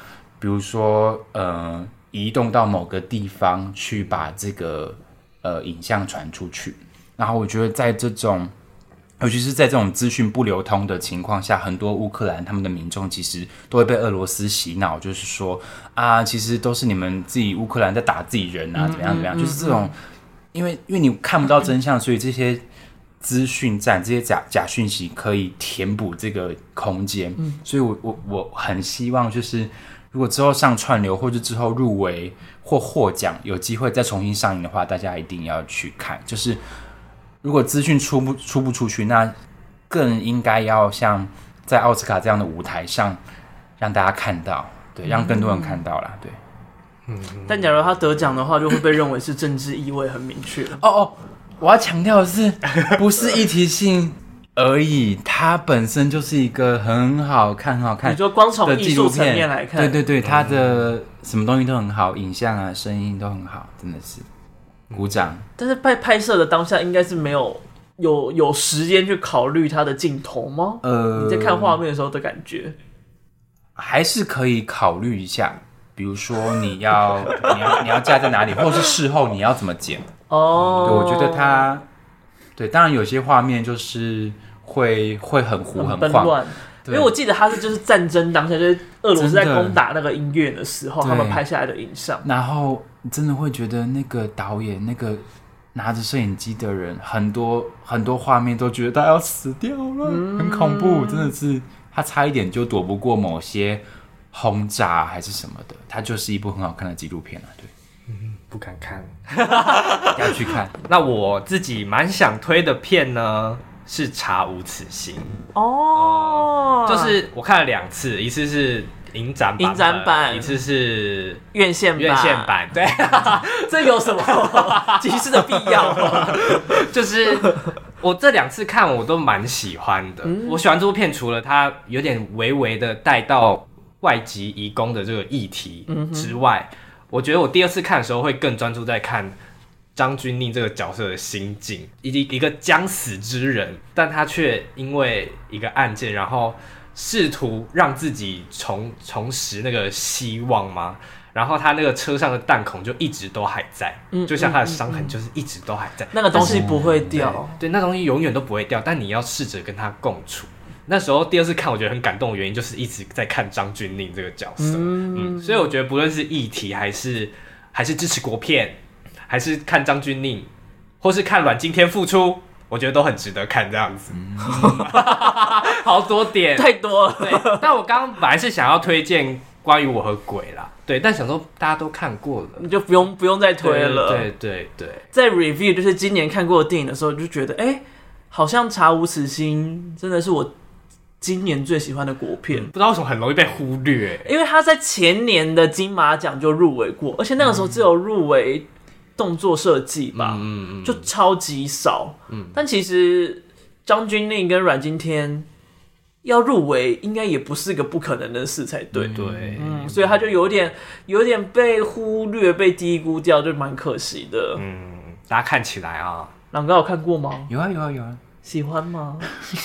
比如说呃移动到某个地方去把这个呃影像传出去。然后我觉得在这种尤其是在这种资讯不流通的情况下，很多乌克兰他们的民众其实都会被俄罗斯洗脑，就是说啊，其实都是你们自己乌克兰在打自己人啊，怎么样怎么样，就是这种，因为因为你看不到真相，所以这些资讯站、这些假假讯息可以填补这个空间。所以我我我很希望，就是如果之后上串流，或者之后入围或获奖，有机会再重新上映的话，大家一定要去看，就是。如果资讯出不出不出去，那更应该要像在奥斯卡这样的舞台上让大家看到，对，让更多人看到啦，对。 嗯，但假如他得奖的话，就会被认为是政治意味很明确。 哦哦，我要强调的是，不是议题性而已，它本身就是一个很好看、很好看的纪录片。 你说光从艺术层面来看， 对对对，它的什么东西都很好，影像啊、声音都很好，真的是。鼓掌。 但是拍拍摄的当下应该是没有有有时间去考虑它的镜头吗？呃，你在看画面的时候的感觉， 还是可以考虑一下，比如说你要你要你要架在哪里，或者是事后你要怎么剪。哦，对，我觉得它对，当然有些画面就是会会很糊很晃。 因为我记得他是就是战争当下，就是俄罗斯在攻打那个医院的时候，他们拍下来的影像。 然后你真的会觉得那个导演、那个拿着摄影机的人，很多很多画面都觉得他要死掉了，嗯、很恐怖，真的是他差一点就躲不过某些轰炸还是什么的。它就是一部很好看的纪录片啊，对。 嗯，不敢看， 要去看。 那我自己蛮想推的片呢。是查无此心哦、 呃，就是我看了两次，一次是影展版， 影展版， 一次是院线版， 院线版，对， 这有什么歧视的必要吗？ 就是我这两次看我都蛮喜欢的、嗯，我喜欢这部片，除了它有点微微的带到外籍移工的这个议题之外、嗯，我觉得我第二次看的时候会更专注在看。张钧甯这个角色的心境，以及一个将死之人，但他却因为一个案件，然后试图让自己重重拾那个希望吗？然后他那个车上的弹孔就一直都还在，嗯、就像他的伤痕就是一直都还在，嗯嗯嗯、 那个东西不会掉， 对，对，那东西永远都不会掉，但你要试着跟他共处。那时候第二次看，我觉得很感动的原因就是一直在看张钧甯这个角色，嗯，嗯所以我觉得不论是议题还是还是支持国片。还是看张钧甯，或是看阮经天复出，我觉得都很值得看这样子。嗯、好多点， 太多了。 对，但我刚刚本来是想要推荐关于我和鬼啦，对，但想说大家都看过了， 你就不用不用再推了。 对对 对, 對， 在 review 就是今年看过的电影的时候，就觉得哎、欸，好像《查无此心》真的是我今年最喜欢的国片， 不知道为什么很容易被忽略， 因为他在前年的金马奖就入围过，而且那个时候只有入围。动作设计吧、嗯嗯，就超级少。嗯、但其实张钧甯跟阮经天要入围，应该也不是个不可能的事才对。 对， 嗯，所以他就有点有点被忽略、被低估掉，就蛮可惜的。 嗯，大家看起来啊， 朗哥有看过吗？ 有啊，有啊，有啊。 喜欢吗？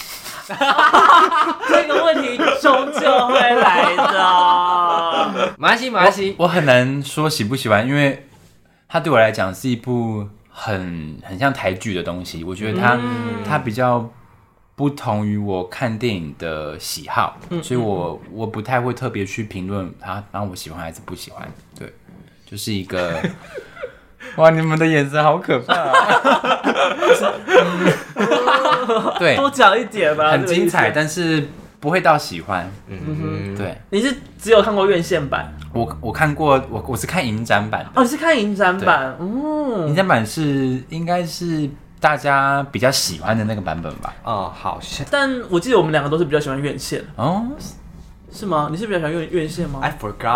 这个问题终究会来的。 没关系，没关系。 我很难说喜不喜欢，因为。它对我来讲是一部很很像台剧的东西，我觉得它、嗯、它比较不同于我看电影的喜好，嗯、所以我我不太会特别去评论它，然后我喜欢还是不喜欢，对，就是一个哇，你们的眼神好可怕、啊，对， 多讲一点吧， 很精彩，但是不会到喜欢，嗯哼，对， 你是只有看过院线版。 我我看过，我我是看影展版的。 哦，你是看影展版，嗯， 影展版是应该是大家比较喜欢的那个版本吧？ 哦，好像。 但我记得我们两个都是比较喜欢院线哦，是吗？你是比较喜欢院院线吗 ？I forgot 。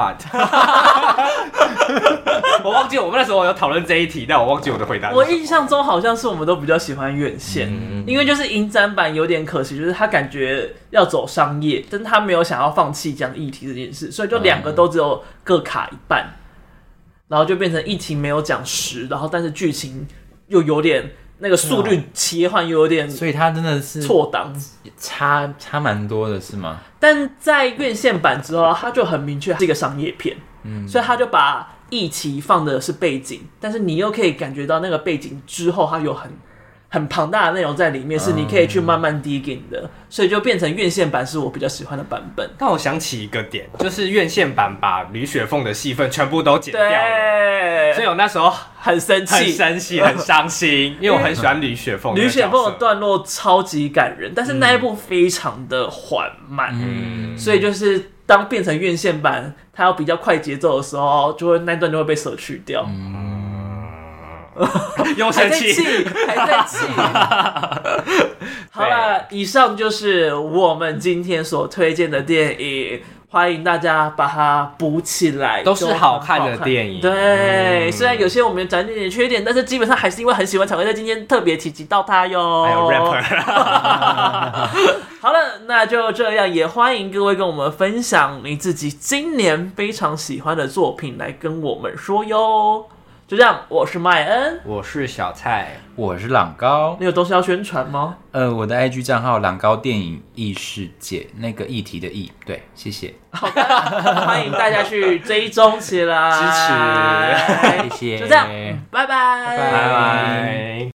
我忘记我们那时候有讨论这一题，但我忘记我的回答。 我印象中好像是我们都比较喜欢院线，嗯、因为就是影展版有点可惜，就是他感觉要走商业，但是他没有想要放弃讲议题这件事，所以就两个都只有各卡一半，然后就变成议题没有讲实，然后但是剧情又有点那个速率切换又有点所以它真的是错档， 差差蛮多的，是吗？ 但在院线版之后，它就很明确是一个商业片，嗯，所以他就把一期放的是背景，但是你又可以感觉到那个背景之后，它有很很庞大的内容在里面，是你可以去慢慢 digging 的，所以就变成院线版是我比较喜欢的版本。 但我想起一个点，就是院线版把吕雪凤的戏份全部都剪掉了， 对， 所以我那时候很生气， 很生气，很伤心，因为我很喜欢吕雪凤。 吕雪凤的段落超级感人，但是那一部非常的缓慢，嗯，所以就是当变成院线版，它要比较快节奏的时候，就会那段就会被舍去掉。嗯又生气， 还在气。好了，以上就是我们今天所推荐的电影，欢迎大家把它补起来， 都是好看的电影。 对，嗯、虽然有些我们讲一点点缺点，但是基本上还是因为很喜欢，才会在今天特别提及到它哟。 还有 rapper。 好了，那就这样，也欢迎各位跟我们分享你自己今年非常喜欢的作品，来跟我们说哟。就这样，我是麦恩， 我是小蔡， 我是朗高。 你有东西要宣传吗？ 呃，我的 I G 账号朗高电影异世界，那个议题的议，对，谢谢。 好的，欢迎大家去追踪起来， 支持， 谢谢。 就这样，拜拜， 拜拜。